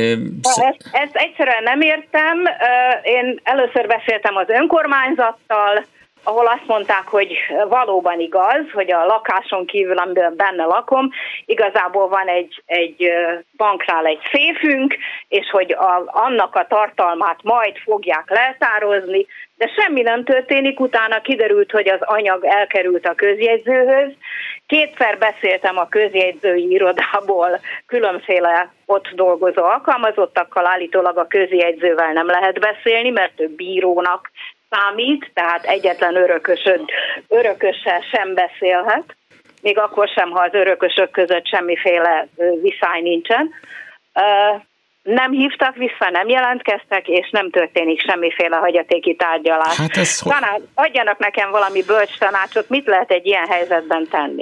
Ezt egyszerűen nem értem. Én először beszéltem az önkormányzattal, ahol azt mondták, hogy valóban igaz, hogy a lakáson kívül, amiben benne lakom, igazából van egy banknál egy széfünk, és hogy annak a tartalmát majd fogják leltározni, de semmi nem történik, utána kiderült, hogy az anyag elkerült a közjegyzőhöz. 2-szer beszéltem a közjegyzői irodából különféle ott dolgozó alkalmazottakkal, állítólag a közjegyzővel nem lehet beszélni, mert ő bírónak számít, tehát egyetlen örökössel sem beszélhet, még akkor sem, ha az örökösök között semmiféle viszály nincsen. Nem hívtak vissza, nem jelentkeztek, és nem történik semmiféle hagyatéki tárgyalás. Hát adjanak nekem valami bölcs tanácsot, mit lehet egy ilyen helyzetben tenni?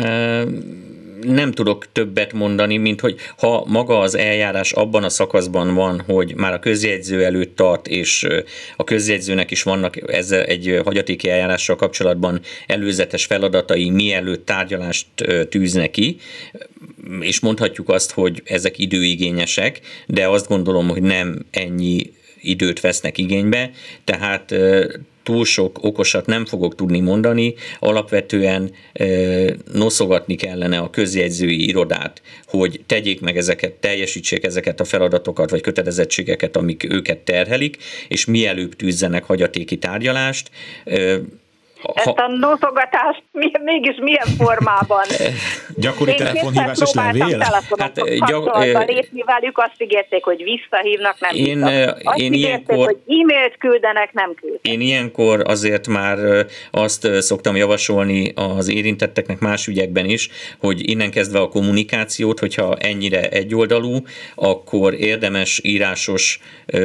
Nem tudok többet mondani, mint hogy ha maga az eljárás abban a szakaszban van, hogy már a közjegyző előtt tart, és a közjegyzőnek is vannak ezzel egy hagyatéki eljárással kapcsolatban előzetes feladatai, mielőtt tárgyalást tűznek ki, és mondhatjuk azt, hogy ezek időigényesek, de azt gondolom, hogy nem ennyi időt vesznek igénybe, tehát túl sok okosat nem fogok tudni mondani, alapvetően noszogatni kellene a közjegyzői irodát, hogy tegyék meg ezeket, teljesítsék ezeket a feladatokat vagy kötelezettségeket, amik őket terhelik, és mielőbb tűzzenek hagyatéki tárgyalást. Ezt a noszogatást mégis milyen formában? Gyakori telefonhívás és levél? Kapcsolatban lépni velük, azt ígérték, hogy visszahívnak, nem vissza. Azt ígérték, hogy e-mailt küldenek, nem küldenek. Én ilyenkor azért már azt szoktam javasolni az érintetteknek más ügyekben is, hogy innen kezdve a kommunikációt, hogyha ennyire egyoldalú, akkor érdemes írásos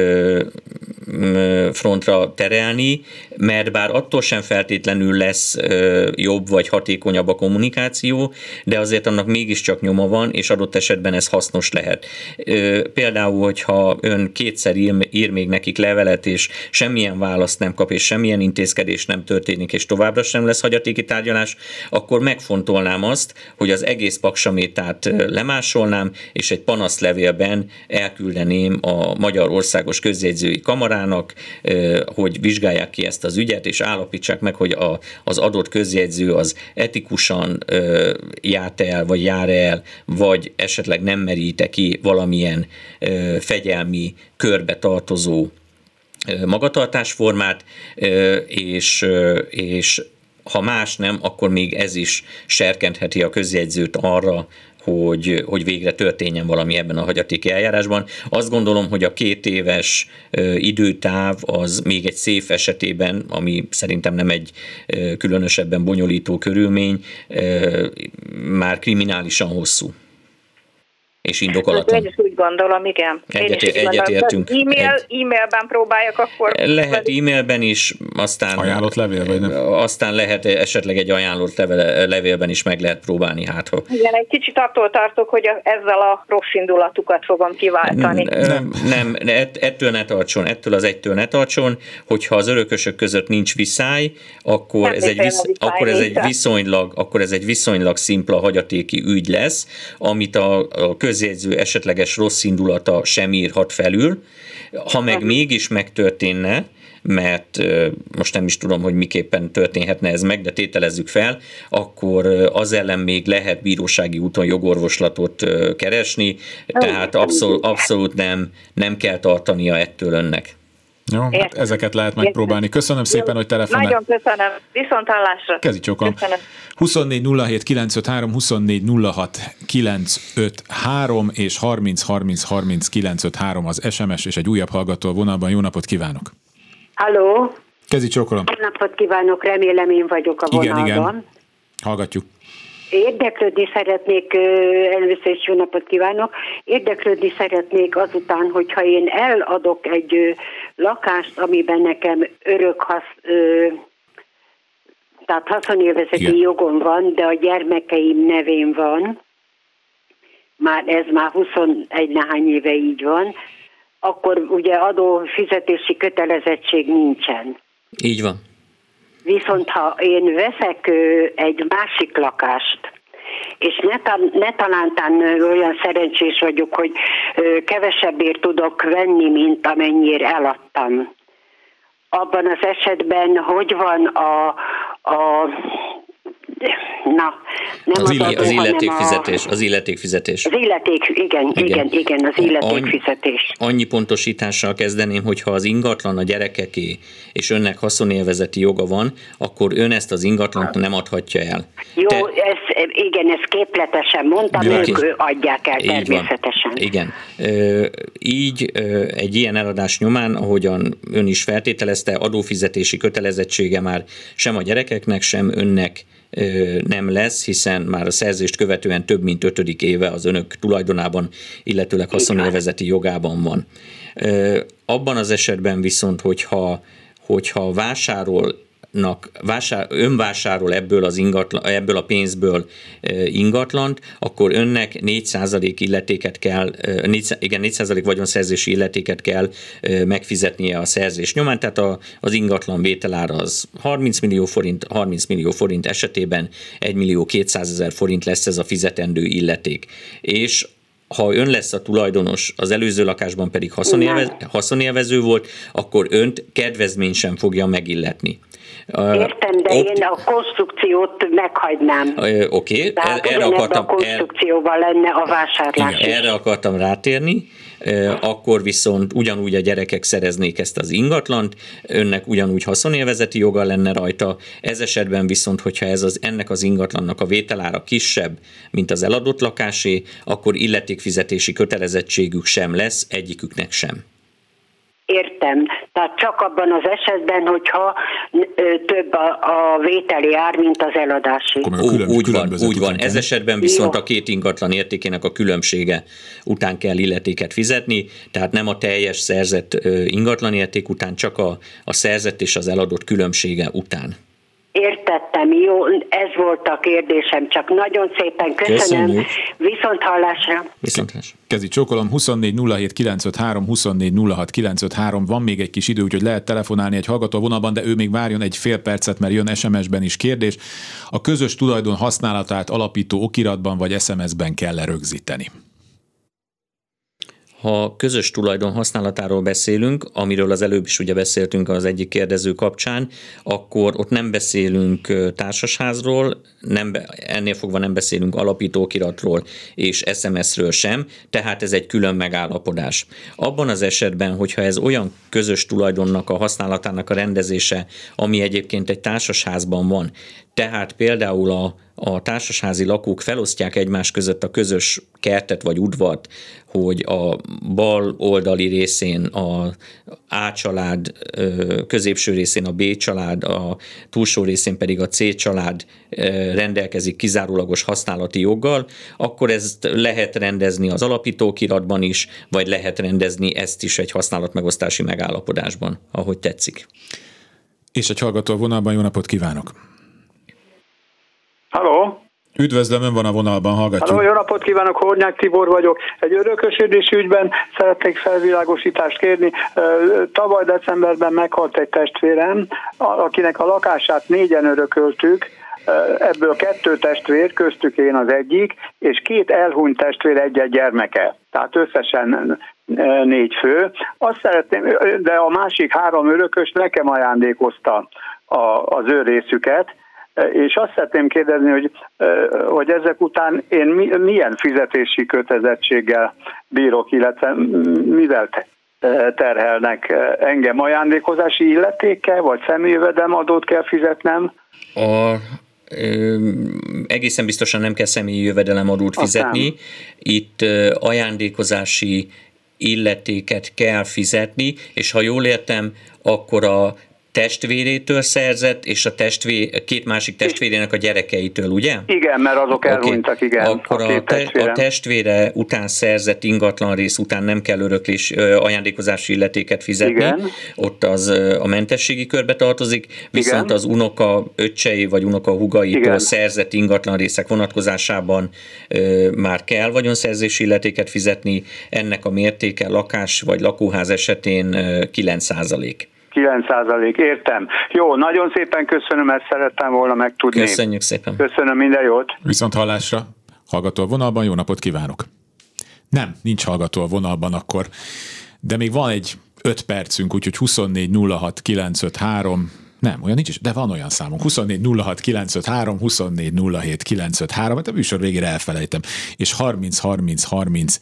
frontra terelni, mert bár attól sem feltétlenül lesz jobb vagy hatékonyabb a kommunikáció, de azért annak mégiscsak nyoma van, és adott esetben ez hasznos lehet. Például, hogyha ön kétszer ír még nekik levelet, és semmilyen választ nem kap, és semmilyen intézkedés nem történik, és továbbra sem lesz hagyatéki tárgyalás, akkor megfontolnám azt, hogy az egész paksamétát lemásolnám, és egy panaszlevélben elküldeném a Magyar Országos Közjegyzői Kamarának, hogy vizsgálják ki ezt az ügyet, és állapítsák meg, hogy az adott közjegyző az etikusan járt el, vagy jár el, vagy esetleg nem meríte ki valamilyen fegyelmi körbe tartozó magatartásformát, és ha más nem, akkor még ez is serkentheti a közjegyzőt arra, hogy végre történjen valami ebben a hagyatéki eljárásban. Azt gondolom, hogy a 2 éves időtáv az még egy széf esetében, ami szerintem nem egy különösebben bonyolító körülmény, már kriminálisan hosszú. És indokolatlan. Én is úgy gondolom, igen. Egyetértünk. E-mailben próbáljak akkor... Lehet e-mailben is, aztán... Ajánlott levél, vagy nem? Aztán lehet esetleg egy ajánlott levélben is meg lehet próbálni, hát ha... Igen, egy kicsit attól tartok, hogy ezzel a rossz indulatukat fogom kiváltani. Nem, ettől az egytől ne tartson, hogyha az örökösök között nincs viszály, akkor ez egy viszonylag szimpla hagyatéki ügy lesz, amit a közjegyző esetleges rossz indulata sem írhat felül. Ha meg mégis megtörténne, mert most nem is tudom, hogy miképpen történhetne ez meg, de tételezzük fel, akkor az ellen még lehet bírósági úton jogorvoslatot keresni, tehát abszolút nem kell tartania ettől önnek. Jó, hát ezeket lehet megpróbálni. Köszönöm szépen, hogy telefonál. Nagyon köszönöm. Viszonthallásra. Kezi csókom. 24 07 953, 24 06 953 és 30 30 30 953 az SMS, és egy újabb hallgató a vonalban. Jó napot kívánok! Halló! Kezi csókolom. Jó napot kívánok, remélem én vagyok a vonalban. Igen. Hallgatjuk. Érdeklődni szeretnék, először is jó napot kívánok, érdeklődni szeretnék azután, hogyha én eladok egy lakást, amiben nekem tehát haszonélvezeti jogom van, de a gyermekeim nevén van, ez már 21 nehány éve így van, akkor ugye adófizetési kötelezettség nincsen. Így van. Viszont ha én veszek egy másik lakást, és ne talántán olyan szerencsés vagyok, hogy kevesebbért tudok venni, mint amennyire eladtam. Abban az esetben hogy van az illetékfizetés. Az illetékfizetés. Igen, az illetékfizetés. Annyi pontosítással kezdeném, hogyha az ingatlan a gyerekeké, és önnek haszonélvezeti joga van, akkor ön ezt az ingatlant nem adhatja el. Jó, ezt képletesen mondtam, ők adják el természetesen. Igen. Így egy ilyen eladás nyomán, ahogyan ön is feltételezte, adófizetési kötelezettsége már sem a gyerekeknek, sem önnek nem lesz, hiszen már a szerzést követően több mint 5. éve az önök tulajdonában, illetőleg haszonélvezeti jogában van. Abban az esetben viszont, hogyha ön vásárol ebből a pénzből ingatlant, akkor önnek 4% illetéket kell, 4% vagyonszerzési illetéket kell megfizetnie a szerzés nyomán, tehát az ingatlan vételára az 30 millió forint esetében 1 200 000 forint lesz ez a fizetendő illeték. És ha ön lesz a tulajdonos, az előző lakásban pedig haszonélvező volt, akkor önt kedvezmény sem fogja megilletni. Értem, de én a konstrukciót meghagynám. Oké. A konstrukcióval lenne a vásárlás. Igen, erre akartam rátérni. Akkor viszont ugyanúgy a gyerekek szereznék ezt az ingatlant, önnek ugyanúgy haszonélvezeti joga lenne rajta. Ez esetben viszont, hogyha ennek az ingatlannak a vételára kisebb, mint az eladott lakásé, akkor illetékfizetési kötelezettségük sem lesz, egyiküknek sem. Értem. Tehát csak abban az esetben, hogyha több a vételi ár, mint az eladási. Úgy van. Ez esetben viszont a két ingatlan értékének a különbsége után kell illetéket fizetni, tehát nem a teljes szerzett ingatlan érték után, csak a szerzett és az eladott különbsége után. Értettem, jó, ez volt a kérdésem, csak nagyon szépen köszönöm. Viszont hallásra. Kezi csókolom, 24 07 953, 24 06 953, van még egy kis idő, úgyhogy lehet telefonálni egy hallgató vonalban, de ő még várjon egy fél percet, mert jön SMS-ben is kérdés. A közös tulajdon használatát alapító okiratban vagy SMS-ben kell rögzíteni? Ha közös tulajdon használatáról beszélünk, amiről az előbb is ugye beszéltünk az egyik kérdező kapcsán, akkor ott nem beszélünk társasházról, ennél fogva nem beszélünk alapítókiratról és SMS-ről sem, tehát ez egy külön megállapodás. Abban az esetben, hogyha ez olyan közös tulajdonnak a használatának a rendezése, ami egyébként egy társasházban van, tehát például a társasházi lakók felosztják egymás között a közös kertet vagy udvart, hogy a bal oldali részén a A család, középső részén a B család, a túlsó részén pedig a C család rendelkezik kizárólagos használati joggal, akkor ezt lehet rendezni az alapítókiratban is, vagy lehet rendezni ezt is egy használatmegosztási megállapodásban, ahogy tetszik. És egy hallgató a vonalban, jó napot kívánok! Halló! Üdvözlöm, ön van a vonalban, hallgatjuk. Halló, jó napot kívánok, Hornyák Tibor vagyok. Egy örökösödési ügyben szeretnék felvilágosítást kérni. Tavaly decemberben meghalt egy testvérem, akinek a lakását 4-en örököltük, ebből 2 testvér, köztük én az egyik, és 2 elhunyt testvér, egy gyermeke. Tehát összesen 4 fő. Azt szeretném, de a másik 3 örökös nekem ajándékozta az ő részüket, és azt szeretném kérdezni, hogy ezek után én milyen fizetési kötelezettséggel bírok, illetve mivel terhelnek engem, ajándékozási illetékkel, vagy személyjövedelemadót kell fizetnem? Egészen biztosan nem kell személyi jövedelemadót fizetni. Itt ajándékozási illetéket kell fizetni, és ha jól értem, akkor a testvérétől szerzett, és a 2 másik testvérének a gyerekeitől, ugye? Igen, mert azok elhunytak, igen. Akkor a testvére után szerzett ingatlan rész után nem kell ajándékozási illetéket fizetni. Igen. Ott az a mentességi körbe tartozik, viszont igen. Az unoka öccsei vagy unoka húgaitól szerzett ingatlan részek vonatkozásában már kell vagyonszerzési illetéket fizetni. Ennek a mértéke lakás vagy lakóház esetén 9%. 9%, értem. Jó, nagyon szépen köszönöm, ezt szerettem volna megtudni. Köszönjük szépen. Köszönöm, minden jót. Viszont hallásra. Hallgató a vonalban, jó napot kívánok. Nem, nincs hallgató a vonalban akkor, de még van egy 5 percünk, úgyhogy 24 06 953, nem, olyan nincs is, de van olyan számunk, 24 06 953, 24 07 953, hát a műsor végére elfelejtem, és 30 30 30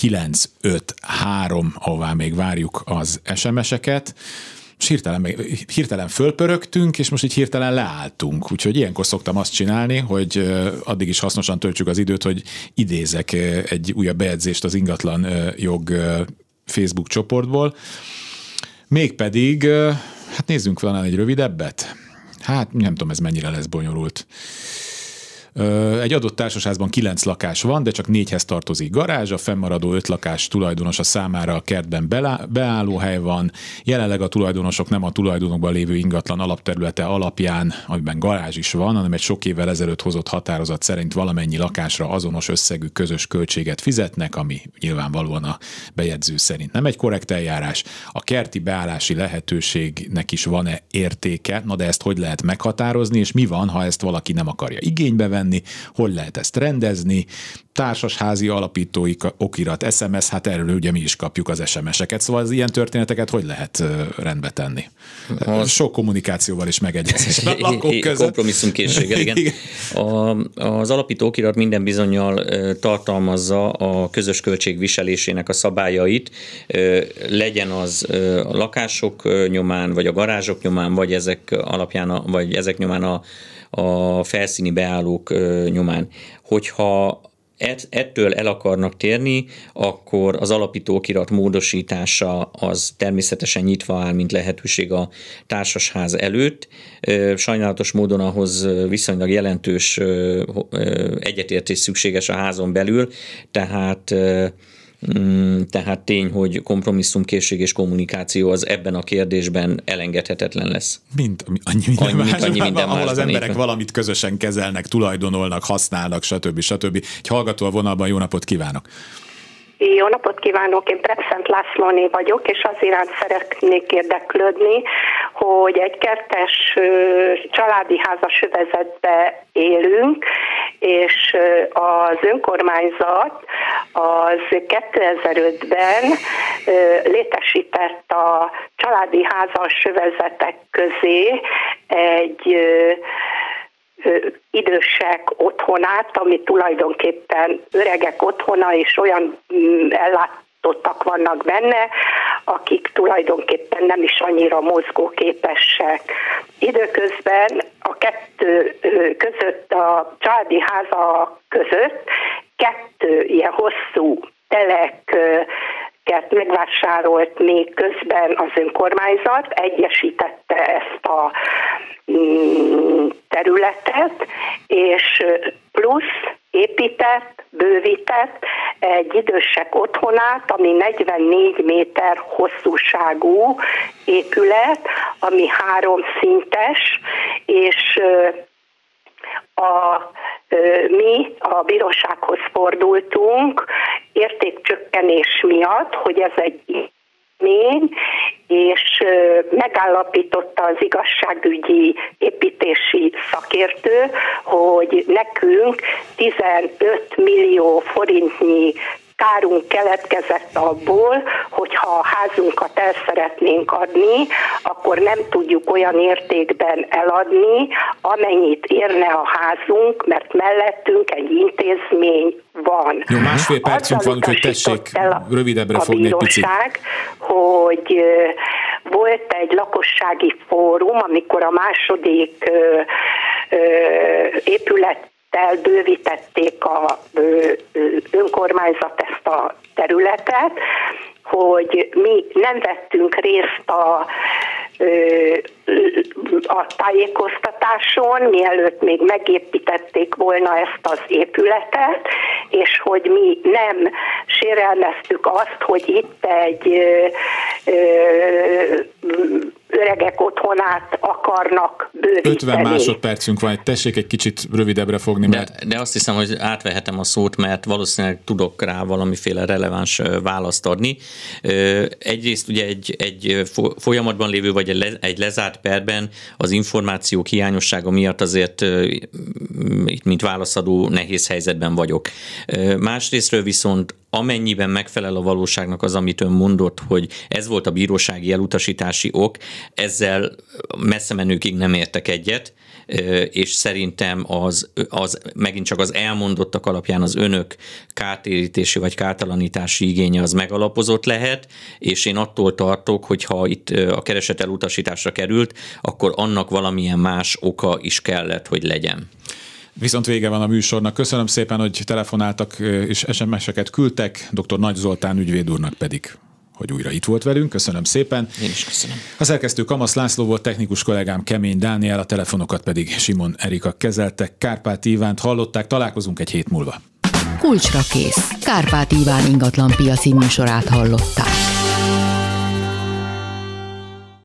953, ahová még várjuk az SMS-eket. Hirtelen fölpörögtünk, és most így hirtelen leálltunk. Úgyhogy ilyenkor szoktam azt csinálni, hogy addig is hasznosan töltsük az időt, hogy idézek egy újabb bejegyzést az ingatlan jog Facebook csoportból. Mégpedig, hát nézzünk talán egy rövidebbet. Hát nem tudom, ez mennyire lesz bonyolult. Egy adott társasházban 9 lakás van, de csak 4-hez tartozik garázs, a fennmaradó 5 lakás tulajdonosa számára a kertben beállóhely van, jelenleg a tulajdonosok nem a tulajdonokban lévő ingatlan alapterülete alapján, amiben garázs is van, hanem egy sok évvel ezelőtt hozott határozat szerint valamennyi lakásra azonos összegű közös költséget fizetnek, ami nyilvánvalóan a bejegyző szerint nem egy korrekt eljárás. A kerti beállási lehetőségnek is van-e értéke, na de ezt hogy lehet meghatározni, és mi van, ha ezt valaki nem akarja igénybe venni, hogy lehet ezt rendezni, társasházi alapítói okirat, SMS, hát erről ugye mi is kapjuk az SMS-eket, szóval az ilyen történeteket hogy lehet rendbe tenni? Sok kommunikációval is megegyezés a lakók között. Kompromisszumkészséggel, igen. Az alapító okirat minden bizonnyal tartalmazza a közös költség viselésének a szabályait, legyen az a lakások nyomán, vagy a garázsok nyomán, vagy ezek alapján, vagy ezek nyomán a felszíni beállók nyomán. Hogyha ettől el akarnak térni, akkor az alapító okirat módosítása az természetesen nyitva áll, mint lehetőség a társasház előtt. Sajnálatos módon ahhoz viszonylag jelentős egyetértés szükséges a házon belül, tehát tény, hogy kompromisszumkészség és kommunikáció az ebben a kérdésben elengedhetetlen lesz. Annyi minden ahol az emberek valamit közösen kezelnek, tulajdonolnak, használnak, stb. Egy hallgató a vonalban, jó napot kívánok! Jó napot kívánok, én Prekszent Lászlóné vagyok, és az iránt szeretnék érdeklődni, hogy egy kertes családi házas övezetbe élünk, és az önkormányzat az 2005-ben létesített a családi házas övezetek közé egy idősek otthonát, ami tulajdonképpen öregek otthona, és olyan ellátottak vannak benne, akik tulajdonképpen nem is annyira mozgóképesek. Időközben a kettő között, a családi háza között 2 ilyen hosszú teleket megvásárolt még közben az önkormányzat, egyesítette ezt a területet, és plusz épített, bővített egy idősek otthonát, ami 44 méter hosszúságú épület, ami 3 szintes, és mi a bírósághoz fordultunk értékcsökkenés miatt, hogy ez egy intézmény, és megállapította az igazságügyi építési szakértő, hogy nekünk 15 millió forintnyi kárunk keletkezett abból, hogyha a házunkat el szeretnénk adni, akkor nem tudjuk olyan értékben eladni, amennyit érne a házunk, mert mellettünk egy intézmény van. Jó, 1,5 percünk van, úgyhogy tessék rövidebbre fogni egy picit. Hogy volt egy lakossági fórum, amikor a második épület bővítették a önkormányzat ezt a területet, hogy mi nem vettünk részt a tájékoztatáson, mielőtt még megépítették volna ezt az épületet, és hogy mi nem sérelmeztük azt, hogy itt egy öregek otthonát akarnak bővíteni. 50 másodpercünk van, tessék egy kicsit rövidebbre fogni. De azt hiszem, hogy átvehetem a szót, mert valószínűleg tudok rá valamiféle releváns választ adni. Egyrészt ugye egy folyamatban lévő, vagy egy lezárt perben az információk hiányossága miatt azért itt, mint válaszadó, nehéz helyzetben vagyok. Másrésztről viszont amennyiben megfelel a valóságnak az, amit ön mondott, hogy ez volt a bírósági elutasítási ok, ezzel messze menőkig nem értek egyet, és szerintem az megint csak az elmondottak alapján az önök kártérítési vagy kártalanítási igénye az megalapozott lehet, és én attól tartok, hogy ha itt a kereset elutasításra került, akkor annak valamilyen más oka is kellett, hogy legyen. Viszont vége van a műsornak. Köszönöm szépen, hogy telefonáltak és SMS-eket küldtek, dr. Nagy Zoltán ügyvéd úrnak pedig, hogy újra itt volt velünk. Köszönöm szépen. Én is köszönöm. A szerkesztő Kamasz László volt, technikus kollégám Kemény Dániel, a telefonokat pedig Simon Erika kezelte. Kárpát Ivánt hallották, találkozunk egy hét múlva. Kulcsra kész. Kárpát Iván ingatlanpiaci műsorát hallották.